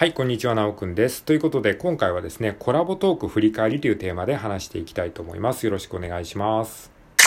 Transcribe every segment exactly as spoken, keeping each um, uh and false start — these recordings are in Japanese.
はい、こんにちは、なおくんです。ということで、今回はですね、コラボトーク振り返りというテーマで話していきたいと思います。よろしくお願いします。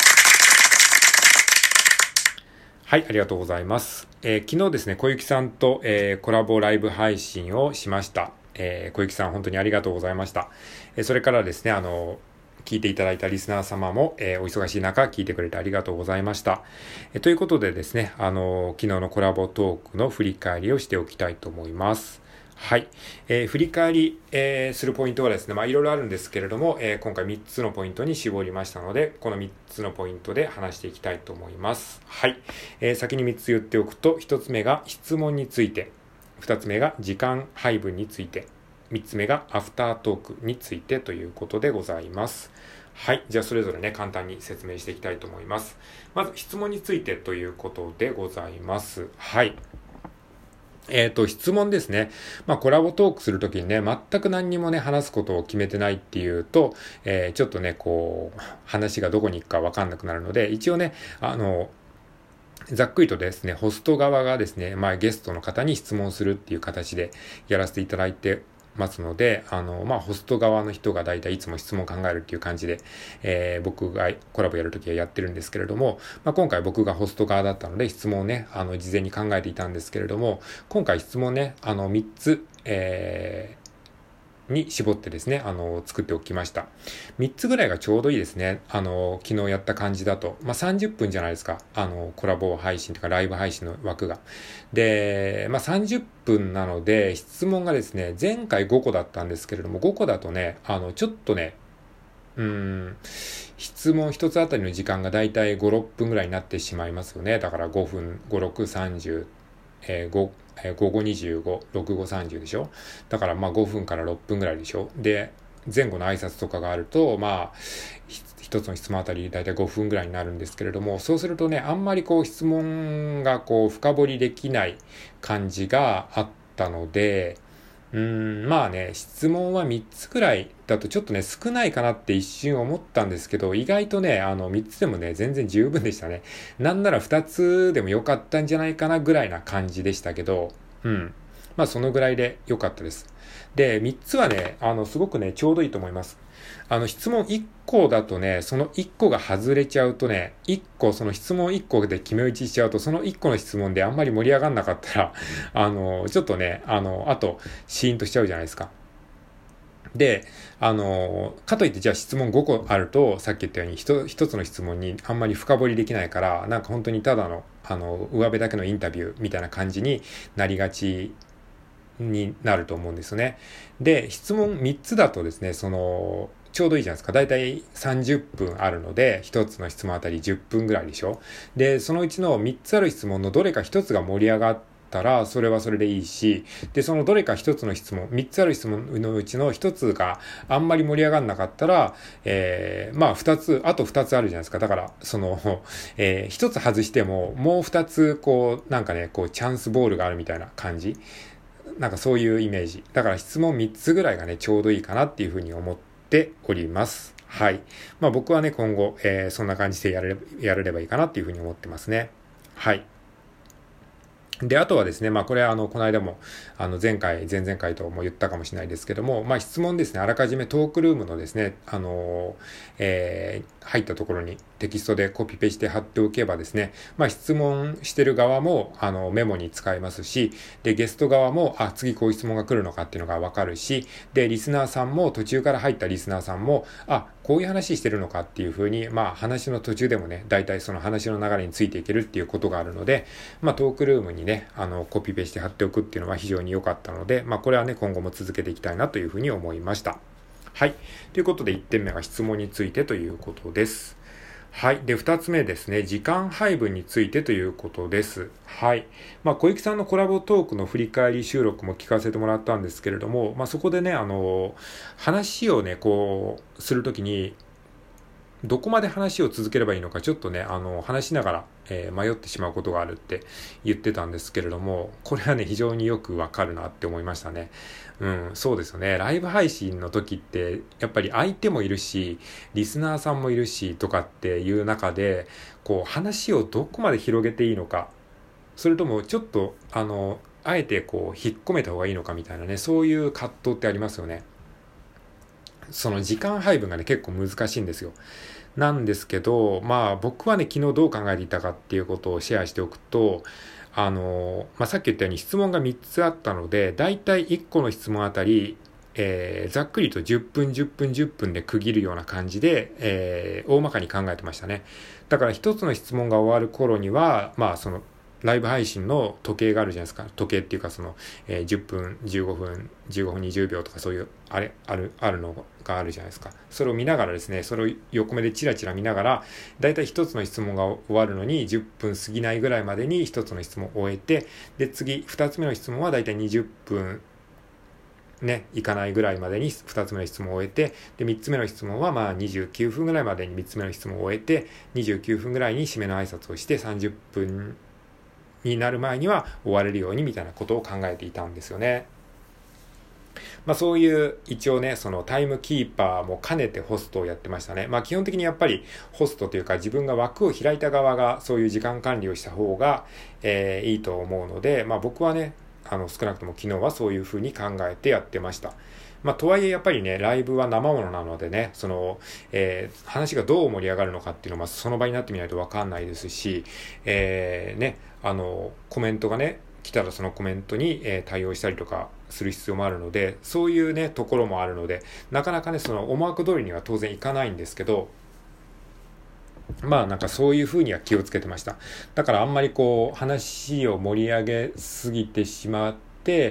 はい、ありがとうございます。えー昨日ですね、小雪さんと、えーコラボライブ配信をしました。えー小雪さん、本当にありがとうございました。えーそれからですね、あの、聞いていただいたリスナー様も、えーお忙しい中聞いてくれてありがとうございました。えーということでですね、あの、昨日のコラボトークの振り返りをしておきたいと思います。はい。えー振り返り、えーするポイントはですね、まあいろいろあるんですけれども、えー今回みっつのポイントに絞りましたので、このみっつのポイントで話していきたいと思います。はい。えー先にみっつ言っておくと、ひとつめが質問について、ふたつめが時間配分について、みっつめがアフタートークについてということでございます。はい。じゃあそれぞれね、簡単に説明していきたいと思います。まず質問についてということでございます。はい。えっと、質問ですね。まあ、コラボトークするときにね、全く何にもね、話すことを決めてないっていうと、えーちょっとね、こう、話がどこに行くかわかんなくなるので、一応ね、あの、ざっくりとですね、ホスト側がですね、まあ、ゲストの方に質問するっていう形でやらせていただいてますので、あの、まあ、ホスト側の人がだいたいいつも質問を考えるっていう感じで、えー僕がコラボやるときはやってるんですけれども、まあ、今回僕がホスト側だったので質問をね、あの、事前に考えていたんですけれども、今回質問ね、あの、みっつ、えーに絞ってですね、あの、作っておきました。みっつぐらいがちょうどいいですね。あの、昨日やった感じだと。まあ、さんじゅっぷんじゃないですか。あの、コラボ配信とかライブ配信の枠が。で、まあ、さんじゅっぷんなので、質問がですね、前回ごこだったんですけれども、ごこだとね、あの、ちょっとね、うーん、質問一つあたりの時間がだいたいご、ろっぷんぐらいになってしまいますよね。だからごふん、ご、ろく、さんじゅう、えー、ご、えー、午後にじゅうご、ろく、ご、さんじゅうでしょ。だからまあごふんからろっぷんぐらいでしょ。で、前後の挨拶とかがあると、まあ、ひ一つの質問あたりだいたいごふんぐらいになるんですけれども、そうするとね、あんまりこう質問がこう深掘りできない感じがあったので、うーん、まあね、質問はみっつくらいだとちょっとね、少ないかなって一瞬思ったんですけど、意外とね、あのみっつでもね、全然十分でしたね。なんならふたつでもよかったんじゃないかなぐらいな感じでしたけど、うん。まあそのぐらいでよかったです。で、みっつはね、あの、すごくね、ちょうどいいと思います。あの、質問いっこだとね、そのいっこが外れちゃうとね、いっこ、その質問いっこで決め打ちしちゃうと、そのいっこの質問であんまり盛り上がんなかったら、あの、ちょっとね、あの、あと、シーンとしちゃうじゃないですか。で、あの、かといってじゃあ質問ごこあると、さっき言ったように一一つの質問にあんまり深掘りできないから、なんか本当にただの、あの、上辺だけのインタビューみたいな感じになりがちになると思うんですね。で、質問みっつだとですね、その、ちょうどいいじゃないですか。だいたいさんじゅっぷんあるので、ひとつの質問あたりじゅっぷんぐらいでしょ。で、そのうちのみっつある質問のどれかひとつが盛り上がったら、それはそれでいいし、で、そのどれかひとつの質問、みっつある質問のうちのひとつがあんまり盛り上がんなかったら、えー、まあふたつ、あとふたつあるじゃないですか。だから、その、えー、ひとつ外しても、もうふたつ、こう、なんかね、こう、チャンスボールがあるみたいな感じ。なんかそういうイメージ。だから質問みっつぐらいがね、ちょうどいいかなっていうふうに思っております。はい。まあ僕はね、今後、えー、そんな感じでやれれば、やれればいいかなっていうふうに思ってますね。はい。で、あとはですね、まあこれはあの、この間も、あの、前回、前々回とも言ったかもしれないですけども、まあ質問ですね、あらかじめトークルームのですね、あの、えー、入ったところにテキストでコピペして貼っておけばですね、まあ質問してる側も、あの、メモに使えますし、で、ゲスト側も、あ、次こういう質問が来るのかっていうのがわかるし、で、リスナーさんも、途中から入ったリスナーさんも、あ、こういう話してるのかっていうふうに、まあ話の途中でもね、大体その話の流れについていけるっていうことがあるので、まあトークルームにね、あの、コピペして貼っておくっていうのは非常に良かったので、まあこれはね、今後も続けていきたいなというふうに思いました。はい。ということでいってんめが質問についてということです。はい。で、二つ目ですね。時間配分についてということです。はい。まあ、小雪さんのコラボトークの振り返り収録も聞かせてもらったんですけれども、まあ、そこでね、あの、話をね、こう、するときに、どこまで話を続ければいいのか、ちょっとね、あの、話しながら、えー迷ってしまうことがあるって言ってたんですけれども、これはね、非常によくわかるなって思いましたね。うん、そうですよね。ライブ配信の時って、やっぱり相手もいるし、リスナーさんもいるし、とかっていう中で、こう、話をどこまで広げていいのか、それとも、ちょっと、あの、 あえてこう引っ込めた方がいいのかみたいなね、そういう葛藤ってありますよね。その時間配分がね、結構難しいんですよ。なんですけど、まあ僕はね、昨日どう考えていたかっていうことをシェアしておくと、あの、まあさっき言ったように質問がみっつあったので、だいたいいっこの質問あたり、えー、ざっくりとじゅっぷん、じゅっぷん、じゅっぷんで区切るような感じで、えー、大まかに考えてましたね。だから一つの質問が終わる頃には、まあその、ライブ配信の時計があるじゃないですか。時計っていうかその、えー、じゅっぷん、じゅうごふん、じゅうごふんにじゅうびょうとかそういう、あれ、ある、あるのがあるじゃないですか。それを見ながらですね、それを横目でチラチラ見ながら、だいたい一つの質問が終わるのにじゅっぷん過ぎないぐらいまでに一つの質問を終えて、で、次、二つ目の質問はだいたいにじゅっぷん、ね、いかないぐらいまでにふたつめの質問を終えて、で、みっつめの質問はまあにじゅうきゅうふんぐらいまでにみっつめの質問を終えて、にじゅうきゅうふんぐらいに締めの挨拶をしてさんじゅっぷんになる前には終われるようにみたいなことを考えていたんですよね。まあそういう一応ね、そのタイムキーパーも兼ねてホストをやってましたね。まあ基本的にやっぱりホストというか自分が枠を開いた側がそういう時間管理をした方が、えー、いいと思うので、まあ僕はね、あの少なくとも昨日はそういうふうに考えてやってました。まあとはいえやっぱりね、ライブは生ものなのでね、その、えー、話がどう盛り上がるのかっていうのはその場になってみないとわかんないですし、えー、ね、あの、コメントがね、来たらそのコメントに、えー、対応したりとかする必要もあるので、そういうね、ところもあるので、なかなかね、その思惑通りには当然いかないんですけど、まあなんかそういう風には気をつけてました。だからあんまりこう話を盛り上げすぎてしまって、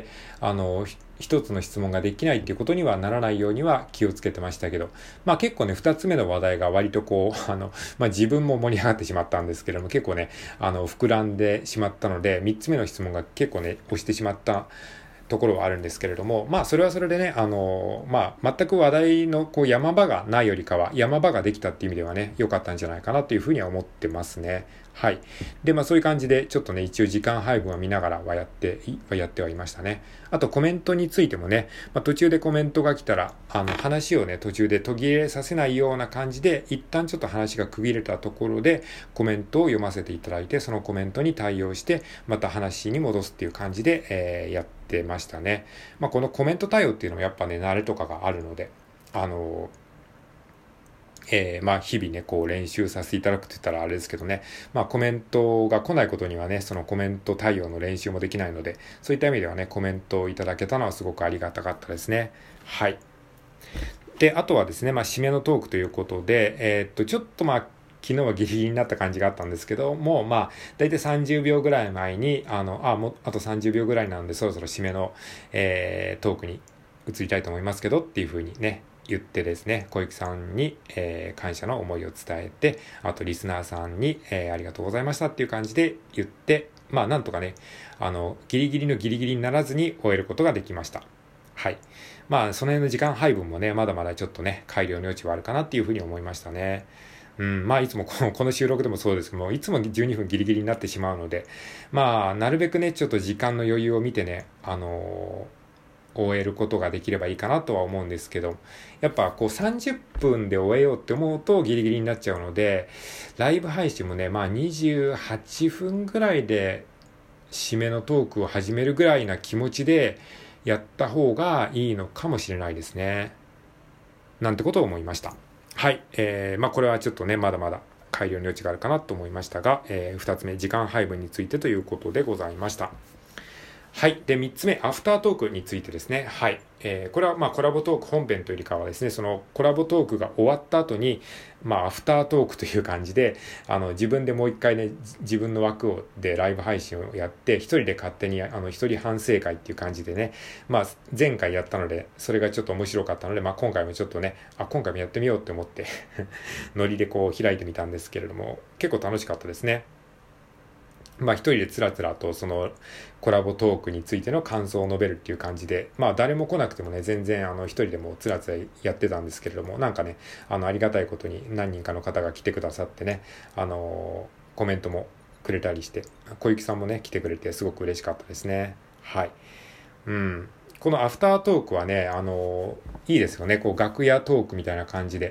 あの、一つの質問ができないっていうことにはならないようには気をつけてましたけど、まあ結構ね、二つ目の話題が割とこう、あの、まあ自分も盛り上がってしまったんですけども、結構ね、あの、膨らんでしまったので、三つ目の質問が結構ね、押してしまったところはあるんですけれども、まあそれはそれでね、あの、まあ全く話題のこう山場がないよりかは、山場ができたっていう意味ではね、良かったんじゃないかなというふうには思ってますね。はい。で、まあそういう感じで、ちょっとね、一応時間配分は見ながらはやって、やってはいましたね。あとコメントについてもね、まあ、途中でコメントが来たら、あの話をね、途中で途切れさせないような感じで、一旦ちょっと話が区切れたところで、コメントを読ませていただいて、そのコメントに対応して、また話に戻すっていう感じで、えー、やってましたね。まあ、このコメント対応っていうのもやっぱね、慣れとかがあるので、あのーえー、まあ日々ね、こう練習させていただくって言ったらあれですけどね、まあコメントが来ないことにはね、そのコメント対応の練習もできないので、そういった意味ではね、コメントをいただけたのはすごくありがたかったですね。はい。で、あとはですね、まあ締めのトークということで、えー、っと、ちょっとまあ、昨日はギリギリになった感じがあったんですけども、まあ、だいたいさんじゅうびょうぐらい前に、あの、あ、もう、あとさんじゅうびょうぐらいなので、そろそろ締めの、えー、トークに移りたいと思いますけど、っていう風にね、言ってですね、小雪さんに、えー、感謝の思いを伝えて、あとリスナーさんに、えー、ありがとうございましたっていう感じで言って、まあなんとかね、あの、ギリギリのギリギリにならずに終えることができました。はい。まあその辺の時間配分もね、まだまだちょっとね、改良の余地はあるかなっていうふうに思いましたね。うん、まあいつもこの、この収録でもそうですけども、いつもじゅうにふんギリギリになってしまうので、まあなるべくね、ちょっと時間の余裕を見てね、あのー終えることができればいいかなとは思うんですけど、やっぱこうさんじゅっぷんで終えようって思うとギリギリになっちゃうので、ライブ配信もね、まあにじゅうはっぷんぐらいで締めのトークを始めるぐらいな気持ちでやった方がいいのかもしれないですね。なんてことを思いました。はい。えー、まあこれはちょっとね、まだまだ改良の余地があるかなと思いましたが、えー、二つ目、時間配分についてということでございました。はい。で、三つ目、アフタートークについてですね。はい。えー、これはまあコラボトーク本編というよりかはですね、そのコラボトークが終わった後に、まあアフタートークという感じで、あの自分でもう一回ね、自分の枠をでライブ配信をやって、一人で勝手にあの一人反省会っていう感じでね、まあ前回やったので、それがちょっと面白かったので、まあ今回もちょっとね、あ、今回もやってみようって思ってノリでこう開いてみたんですけれども、結構楽しかったですね。まあ一人でつらつらとそのコラボトークについての感想を述べるっていう感じで、まあ誰も来なくてもね、全然あの一人でもつらつらやってたんですけれども、なんかね、あのありがたいことに何人かの方が来てくださってね、あのー、コメントもくれたりして、小雪さんもね、来てくれてすごく嬉しかったですね。はい。うん。このアフタートークはね、あのー、いいですよね。こう楽屋トークみたいな感じで。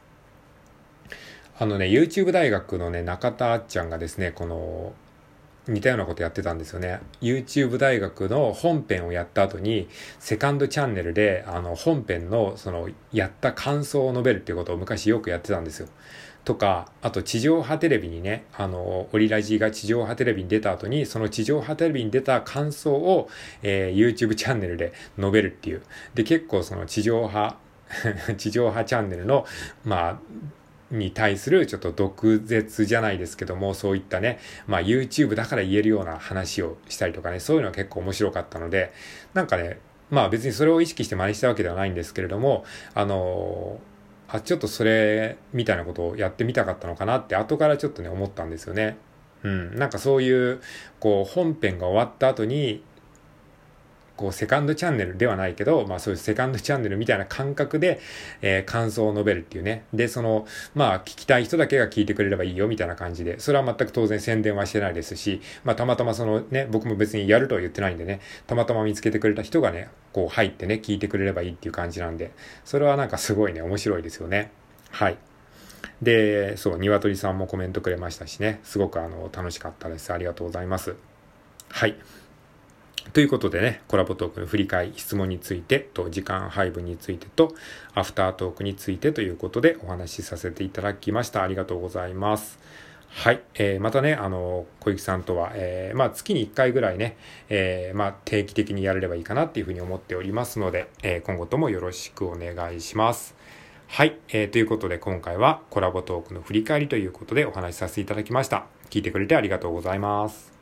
あのね、YouTube 大学のね、中田あっちゃんがですね、この、 似たようなことやってたんですよね。YouTube 大学の本編をやった後に、セカンドチャンネルで、あの、本編の、その、やった感想を述べるっていうことを昔よくやってたんですよ。とか、あと地上波テレビにね、あの、オリラジが地上波テレビに出た後に、その地上波テレビに出た感想を、えー、YouTube チャンネルで述べるっていう。で、結構その地上波、地上波チャンネルの、まあ、に対するちょっと毒舌じゃないですけども、そういったね、まあ YouTube だから言えるような話をしたりとかね、そういうのは結構面白かったので、なんかね、まあ別にそれを意識して真似したわけではないんですけれども、あのーあ、ちょっとそれみたいなことをやってみたかったのかなって後からちょっとね思ったんですよね。うん。なんかそういう、こう本編が終わった後に、こうセカンドチャンネルではないけど、まあそういうセカンドチャンネルみたいな感覚で、えー感想を述べるっていうね。で、その、まあ聞きたい人だけが聞いてくれればいいよみたいな感じで、それは全く当然宣伝はしてないですし、まあたまたまそのね、僕も別にやるとは言ってないんでね、たまたま見つけてくれた人がね、こう入ってね、聞いてくれればいいっていう感じなんで、それはなんかすごいね、面白いですよね。はい。で、そう、鶏さんもコメントくれましたしね、すごくあの、楽しかったです。ありがとうございます。はい。ということでね、コラボトークの振り返り、質問についてと、時間配分についてと、アフタートークについてということでお話しさせていただきました。ありがとうございます。はい。えー、またね、あの、小雪さんとは、えー、まあ、月にいっかいぐらいね、えー、まあ、定期的にやれればいいかなっていうふうに思っておりますので、えー、今後ともよろしくお願いします。はい。えー、ということで、今回はコラボトークの振り返りということでお話しさせていただきました。聞いてくれてありがとうございます。